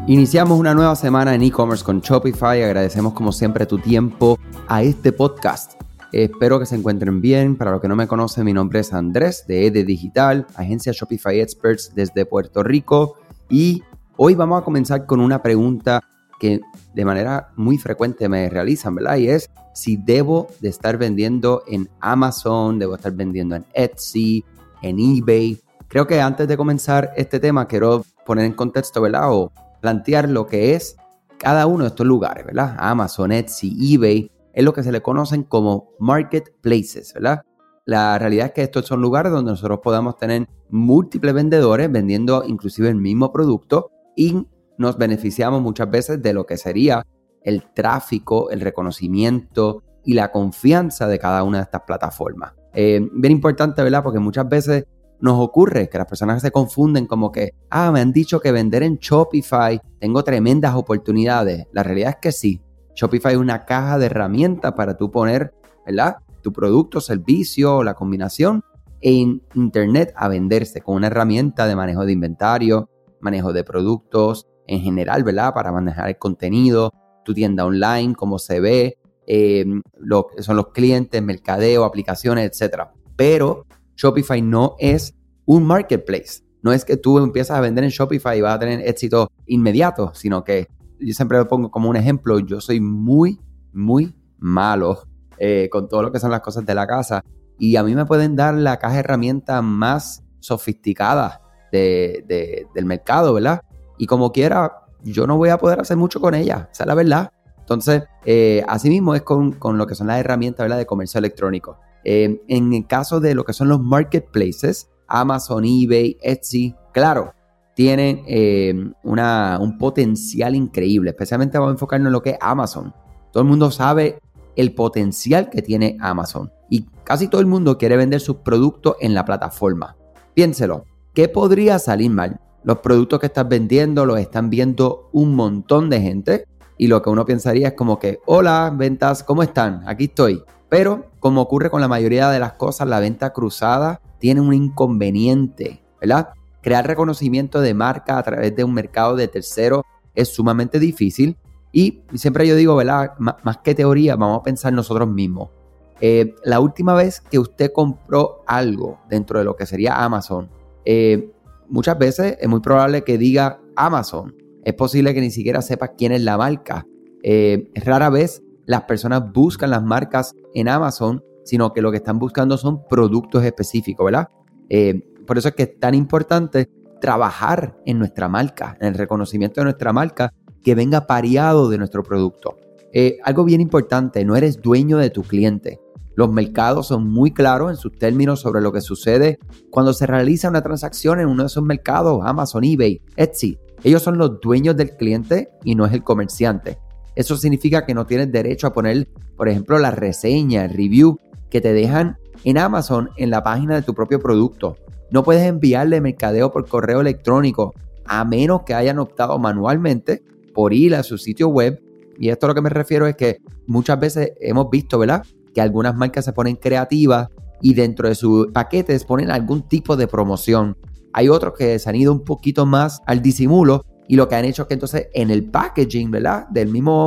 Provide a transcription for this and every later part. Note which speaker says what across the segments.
Speaker 1: Iniciamos una nueva semana en e-commerce con Shopify. Agradecemos como siempre tu tiempo a este podcast. Espero que se encuentren bien. Para los que no me conocen, mi nombre es Andrés de ED Digital, agencia Shopify Experts desde Puerto Rico. Y hoy vamos a comenzar con una pregunta que de manera muy frecuente me realizan, ¿verdad? Y es si debo de estar vendiendo en Amazon, debo estar vendiendo en Etsy, en eBay. Creo que antes de comenzar este tema quiero poner en contexto, ¿verdad? O plantear lo que es cada uno de estos lugares, ¿verdad? Amazon, Etsy, eBay, es lo que se le conocen como marketplaces, ¿verdad? La realidad es que estos son lugares donde nosotros podamos tener múltiples vendedores vendiendo inclusive el mismo producto y nos beneficiamos muchas veces de lo que sería el tráfico, el reconocimiento y la confianza de cada una de estas plataformas. Bien importante, ¿verdad? Porque muchas veces nos ocurre que las personas se confunden como que, me han dicho que vender en Shopify tengo tremendas oportunidades. La realidad es que sí. Shopify es una caja de herramientas para tú poner, ¿verdad?, tu producto, servicio o la combinación en internet a venderse con una herramienta de manejo de inventario, manejo de productos en general, ¿verdad?, para manejar el contenido, tu tienda online, cómo se ve, lo que son los clientes, mercadeo, aplicaciones, etc. Pero Shopify no es un marketplace. No es que tú empiezas a vender en Shopify y vas a tener éxito inmediato, sino que yo siempre lo pongo como un ejemplo. Yo soy muy malo con todo lo que son las cosas de la casa y a mí me pueden dar la caja de herramientas más sofisticada del mercado, ¿verdad? Y como quiera, yo no voy a poder hacer mucho con ella, esa es la verdad. Entonces, así mismo es con lo que son las herramientas, ¿verdad?, de comercio electrónico. En el caso de lo que son los marketplaces, Amazon, eBay, Etsy, claro, tienen un potencial increíble. Especialmente vamos a enfocarnos en lo que es Amazon. Todo el mundo sabe el potencial que tiene Amazon y casi todo el mundo quiere vender sus productos en la plataforma. Piénselo, ¿qué podría salir mal? Los productos que estás vendiendo los están viendo un montón de gente y lo que uno pensaría es como que, hola, ventas, ¿cómo están? Aquí estoy. Pero, como ocurre con la mayoría de las cosas, la venta cruzada tiene un inconveniente, ¿verdad? Crear reconocimiento de marca a través de un mercado de terceros es sumamente difícil y siempre yo digo, ¿verdad?, más que teoría, vamos a pensar nosotros mismos. La última vez que usted compró algo dentro de lo que sería Amazon, muchas veces es muy probable que diga Amazon. Es posible que ni siquiera sepas quién es la marca. Rara vez las personas buscan las marcas en Amazon, sino que lo que están buscando son productos específicos, ¿verdad? Por eso es que es tan importante trabajar en nuestra marca, en el reconocimiento de nuestra marca, que venga pareado de nuestro producto. Algo bien importante, no eres dueño de tu cliente. Los mercados son muy claros en sus términos sobre lo que sucede cuando se realiza una transacción en uno de esos mercados, Amazon, eBay, Etsy. Ellos son los dueños del cliente y no es el comerciante. Eso significa que no tienes derecho a poner, por ejemplo, la reseña, el review que te dejan en Amazon en la página de tu propio producto. No puedes enviarle mercadeo por correo electrónico a menos que hayan optado manualmente por ir a su sitio web. Y esto a lo que me refiero es que muchas veces hemos visto, ¿verdad?, que algunas marcas se ponen creativas y dentro de sus paquetes ponen algún tipo de promoción. Hay otros que se han ido un poquito más al disimulo y lo que han hecho es que entonces en el packaging, ¿verdad?, del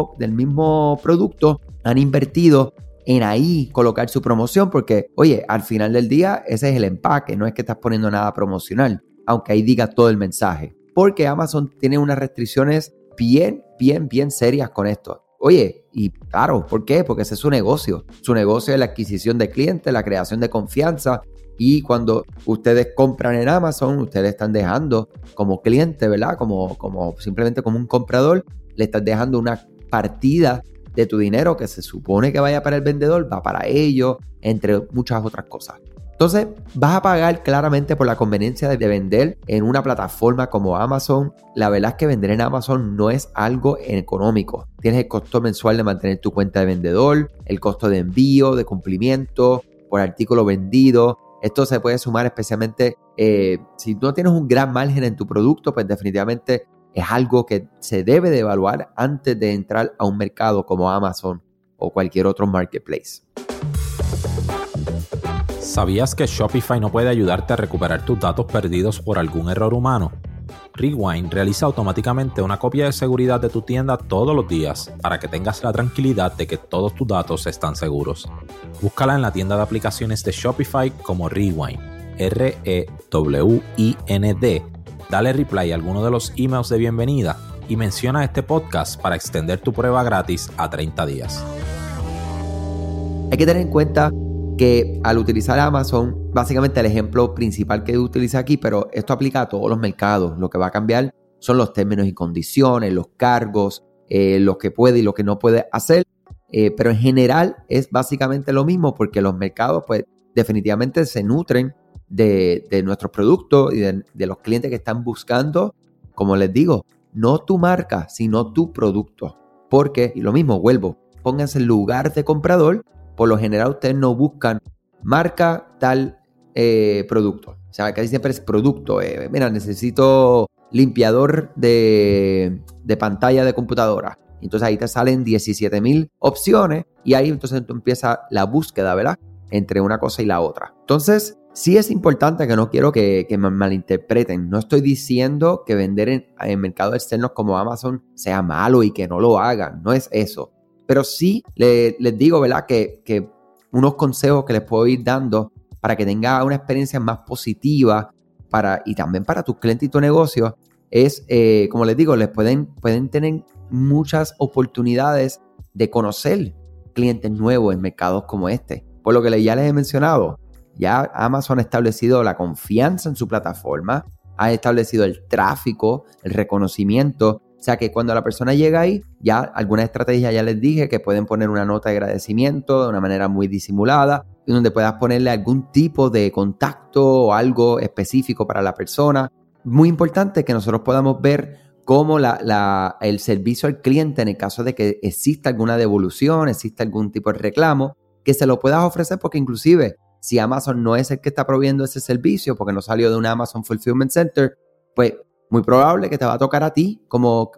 Speaker 1: mismo producto han invertido en ahí colocar su promoción porque, oye, al final del día ese es el empaque, no es que estás poniendo nada promocional, aunque ahí diga todo el mensaje. Porque Amazon tiene unas restricciones bien serias con esto. Oye, y claro, ¿por qué? Porque ese es su negocio. Su negocio es la adquisición de clientes, la creación de confianza. Y cuando ustedes compran en Amazon, ustedes están dejando como cliente, ¿verdad? Como simplemente como un comprador, le estás dejando una partida de tu dinero que se supone que vaya para el vendedor, va para ellos, entre muchas otras cosas. Entonces, vas a pagar claramente por la conveniencia de vender en una plataforma como Amazon. La verdad es que vender en Amazon no es algo económico. Tienes el costo mensual de mantener tu cuenta de vendedor, el costo de envío, de cumplimiento, por artículo vendido. Esto se puede sumar especialmente si no tienes un gran margen en tu producto, pues definitivamente es algo que se debe de evaluar antes de entrar a un mercado como Amazon o cualquier otro marketplace.
Speaker 2: ¿Sabías que Shopify no puede ayudarte a recuperar tus datos perdidos por algún error humano? Rewind realiza automáticamente una copia de seguridad de tu tienda todos los días para que tengas la tranquilidad de que todos tus datos están seguros. Búscala en la tienda de aplicaciones de Shopify como Rewind, R-E-W-I-N-D. Dale reply a alguno de los emails de bienvenida y menciona este podcast para extender tu prueba gratis a 30 días.
Speaker 1: Hay que tener en cuenta que al utilizar Amazon, básicamente el ejemplo principal que utiliza aquí, pero esto aplica a todos los mercados. Lo que va a cambiar son los términos y condiciones, los cargos, lo que puede y lo que no puede hacer. Pero en general es básicamente lo mismo porque los mercados pues definitivamente se nutren de nuestros productos y de los clientes que están buscando, como les digo, no tu marca, sino tu producto. Porque, y lo mismo, vuelvo, pónganse en lugar de comprador. Por lo general ustedes no buscan marca tal producto. O sea, casi siempre es producto. Mira, necesito limpiador de pantalla de computadora. Entonces ahí te salen 17,000 opciones y ahí entonces tú empieza la búsqueda, ¿verdad? Entre una cosa y la otra. Entonces, sí es importante, que no quiero que me malinterpreten. No estoy diciendo que vender en mercados externos como Amazon sea malo y que no lo hagan. No es eso. Pero sí les digo, ¿verdad? Que unos consejos que les puedo ir dando para que tenga una experiencia más positiva y también para tus clientes y tu negocio es, como les digo, les pueden tener muchas oportunidades de conocer clientes nuevos en mercados como este. Por lo que ya les he mencionado, ya Amazon ha establecido la confianza en su plataforma, ha establecido el tráfico, el reconocimiento. O sea que cuando la persona llega ahí, ya algunas estrategias ya les dije que pueden poner una nota de agradecimiento de una manera muy disimulada, y donde puedas ponerle algún tipo de contacto o algo específico para la persona. Muy importante que nosotros podamos ver cómo el servicio al cliente, en el caso de que exista alguna devolución, exista algún tipo de reclamo, que se lo puedas ofrecer, porque inclusive si Amazon no es el que está proveyendo ese servicio porque no salió de un Amazon Fulfillment Center, pues muy probable que te va a tocar a ti como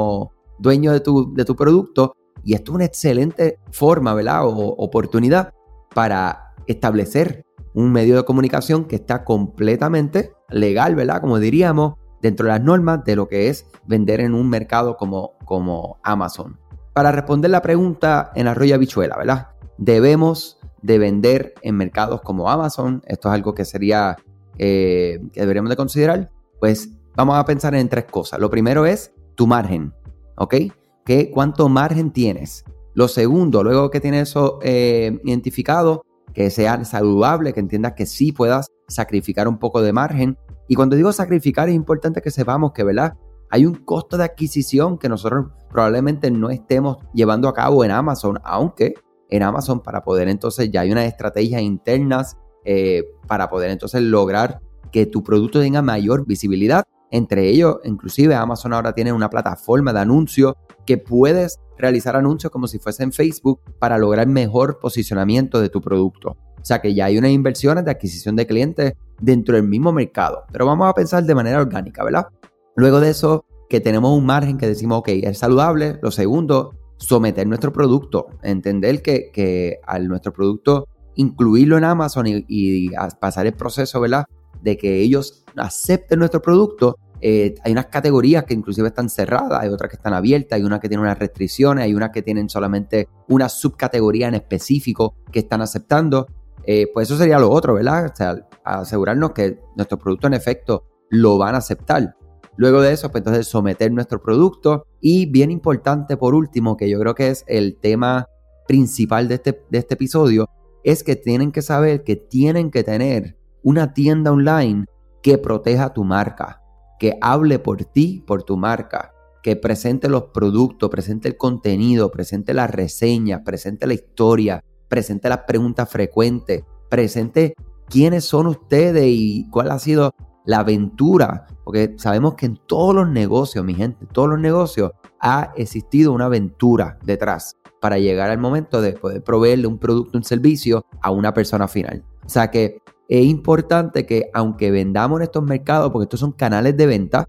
Speaker 1: dueño de tu producto, y esto es una excelente forma, ¿verdad? O oportunidad para establecer un medio de comunicación que está completamente legal, ¿verdad? Como diríamos, dentro de las normas de lo que es vender en un mercado como Amazon. Para responder la pregunta en arroyo habichuela, ¿verdad? Debemos de vender en mercados como Amazon. Esto es algo que sería que deberíamos de considerar. Pues vamos a pensar en tres cosas. Lo primero es tu margen, ¿ok? ¿Cuánto margen tienes? Lo segundo, luego que tienes eso identificado, que sea saludable, que entiendas que sí puedas sacrificar un poco de margen. Y cuando digo sacrificar, es importante que sepamos que, ¿verdad?, hay un costo de adquisición que nosotros probablemente no estemos llevando a cabo en Amazon, aunque en Amazon, para poder entonces, ya hay unas estrategias internas para poder entonces lograr que tu producto tenga mayor visibilidad. Entre ellos, inclusive Amazon ahora tiene una plataforma de anuncios que puedes realizar anuncios como si fuese en Facebook para lograr mejor posicionamiento de tu producto. O sea que ya hay unas inversiones de adquisición de clientes dentro del mismo mercado. Pero vamos a pensar de manera orgánica, ¿verdad? Luego de eso, que tenemos un margen que decimos, ok, es saludable. Lo segundo, someter nuestro producto. Entender que al nuestro producto incluirlo en Amazon y pasar el proceso, ¿verdad?, de que ellos acepten nuestro producto. Hay unas categorías que inclusive están cerradas, hay otras que están abiertas, hay unas que tienen unas restricciones, hay unas que tienen solamente una subcategoría en específico que están aceptando. Pues eso sería lo otro, ¿verdad? O sea, asegurarnos que nuestro producto en efecto lo van a aceptar. Luego de eso, pues entonces someter nuestro producto. Y bien importante, por último, que yo creo que es el tema principal de este episodio, es que tienen que saber que tienen que tener una tienda online que proteja tu marca, que hable por ti, por tu marca, que presente los productos, presente el contenido, presente las reseñas, presente la historia, presente las preguntas frecuentes, presente quiénes son ustedes y cuál ha sido la aventura, porque sabemos que en todos los negocios, mi gente, en todos los negocios ha existido una aventura detrás para llegar al momento de poder proveerle un producto, un servicio a una persona final. O sea que es importante que, aunque vendamos en estos mercados, porque estos son canales de venta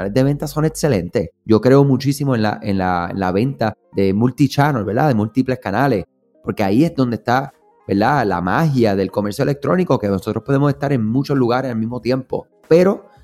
Speaker 1: son excelentes. Yo creo muchísimo en la venta de multichannel, ¿verdad? De múltiples canales, porque ahí es donde está, ¿verdad?, la magia del comercio electrónico, que nosotros podemos estar en muchos lugares al mismo tiempo. Pero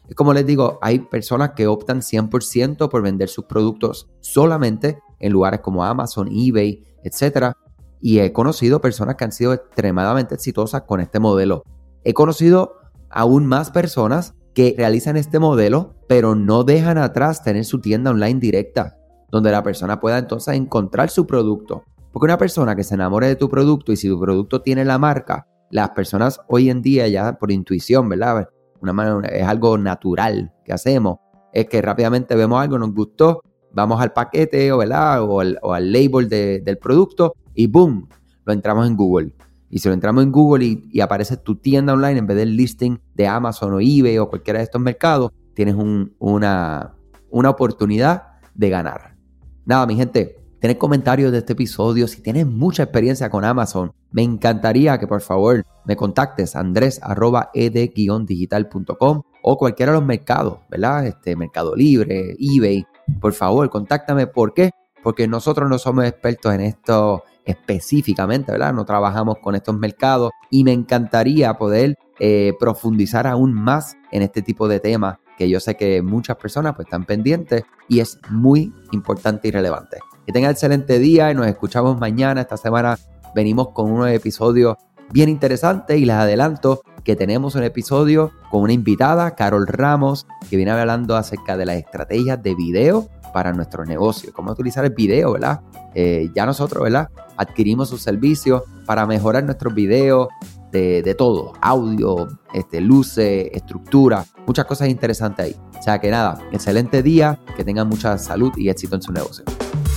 Speaker 1: Es como les digo, hay personas que optan 100% por vender sus productos solamente en lugares como Amazon, eBay, etc. Y he conocido personas que han sido extremadamente exitosas con este modelo. He conocido aún más personas que realizan este modelo, pero no dejan atrás tener su tienda online directa, donde la persona pueda entonces encontrar su producto. Porque una persona que se enamore de tu producto y si tu producto tiene la marca, las personas hoy en día ya por intuición, ¿verdad? Es algo natural que hacemos, es que rápidamente vemos algo, nos gustó, vamos al paquete, ¿verdad? o al label del producto y ¡boom! Lo entramos en Google. Y si lo entramos en Google y aparece tu tienda online en vez del listing de Amazon o eBay o cualquiera de estos mercados, tienes una oportunidad de ganar. Nada, mi gente, tened comentarios de este episodio. Si tienes mucha experiencia con Amazon, me encantaría que por favor me contactes andres@ed-digital.com o cualquiera de los mercados, ¿verdad? Mercado Libre, eBay. Por favor, contáctame. ¿Por qué? Porque nosotros no somos expertos en esto específicamente, ¿verdad? No trabajamos con estos mercados y me encantaría poder profundizar aún más en este tipo de temas que yo sé que muchas personas pues están pendientes y es muy importante y relevante. Que tengan excelente día y nos escuchamos mañana. Esta semana venimos con unos episodios bien interesantes y les adelanto que tenemos un episodio con una invitada, Carol Ramos, que viene hablando acerca de las estrategias de video para nuestro negocio, cómo utilizar el video, ¿verdad? Ya nosotros, ¿verdad? Adquirimos sus servicios para mejorar nuestros videos de todo, audio, luces, estructura, muchas cosas interesantes ahí. O sea que nada, excelente día, que tengan mucha salud y éxito en su negocio.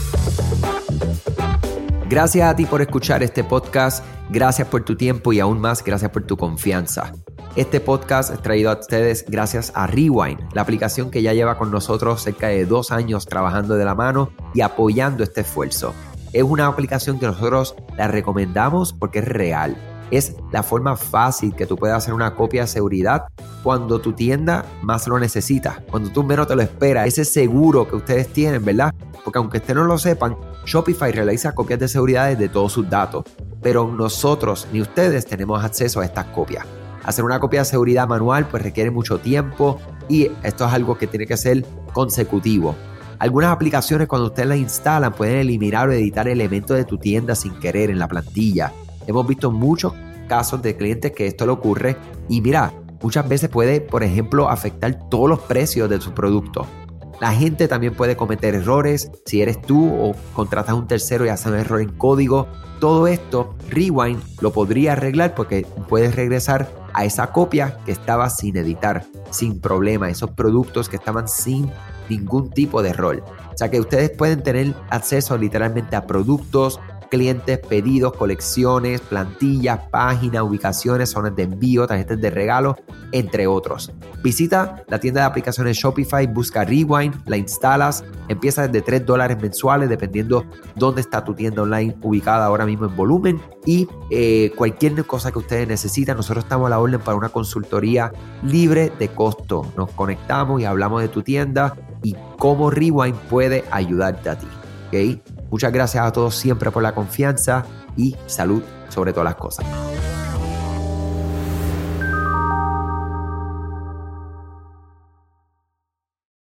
Speaker 1: Gracias a ti por escuchar este podcast, gracias por tu tiempo y aún más gracias por tu confianza. Este podcast es traído a ustedes gracias a Rewind, la aplicación que ya lleva con nosotros cerca de 2 años trabajando de la mano y apoyando este esfuerzo. Es una aplicación que nosotros la recomendamos porque es real. Es la forma fácil que tú puedes hacer una copia de seguridad cuando tu tienda más lo necesita, cuando tú menos te lo esperas, ese seguro que ustedes tienen, ¿verdad? Porque aunque ustedes no lo sepan, Shopify realiza copias de seguridad de todos sus datos, pero nosotros ni ustedes tenemos acceso a estas copias. Hacer una copia de seguridad manual pues requiere mucho tiempo y esto es algo que tiene que ser consecutivo. Algunas aplicaciones cuando ustedes las instalan pueden eliminar o editar elementos de tu tienda sin querer en la plantilla. Hemos visto muchos casos de clientes que esto le ocurre y mira, muchas veces puede, por ejemplo, afectar todos los precios de su producto. La gente también puede cometer errores si eres tú o contratas a un tercero y hace un error en código. Todo esto, Rewind lo podría arreglar porque puedes regresar a esa copia que estaba sin editar, sin problema, esos productos que estaban sin ningún tipo de error. O sea que ustedes pueden tener acceso literalmente a productos, clientes, pedidos, colecciones, plantillas, páginas, ubicaciones, zonas de envío, tarjetas de regalo, entre otros. Visita la tienda de aplicaciones Shopify, busca Rewind, la instalas, empieza desde $3 mensuales dependiendo dónde está tu tienda online ubicada ahora mismo en volumen y cualquier cosa que ustedes necesitan, nosotros estamos a la orden para una consultoría libre de costo. Nos conectamos y hablamos de tu tienda y cómo Rewind puede ayudarte a ti. ¿Okay? Muchas gracias a todos siempre por la confianza y salud sobre todas las cosas.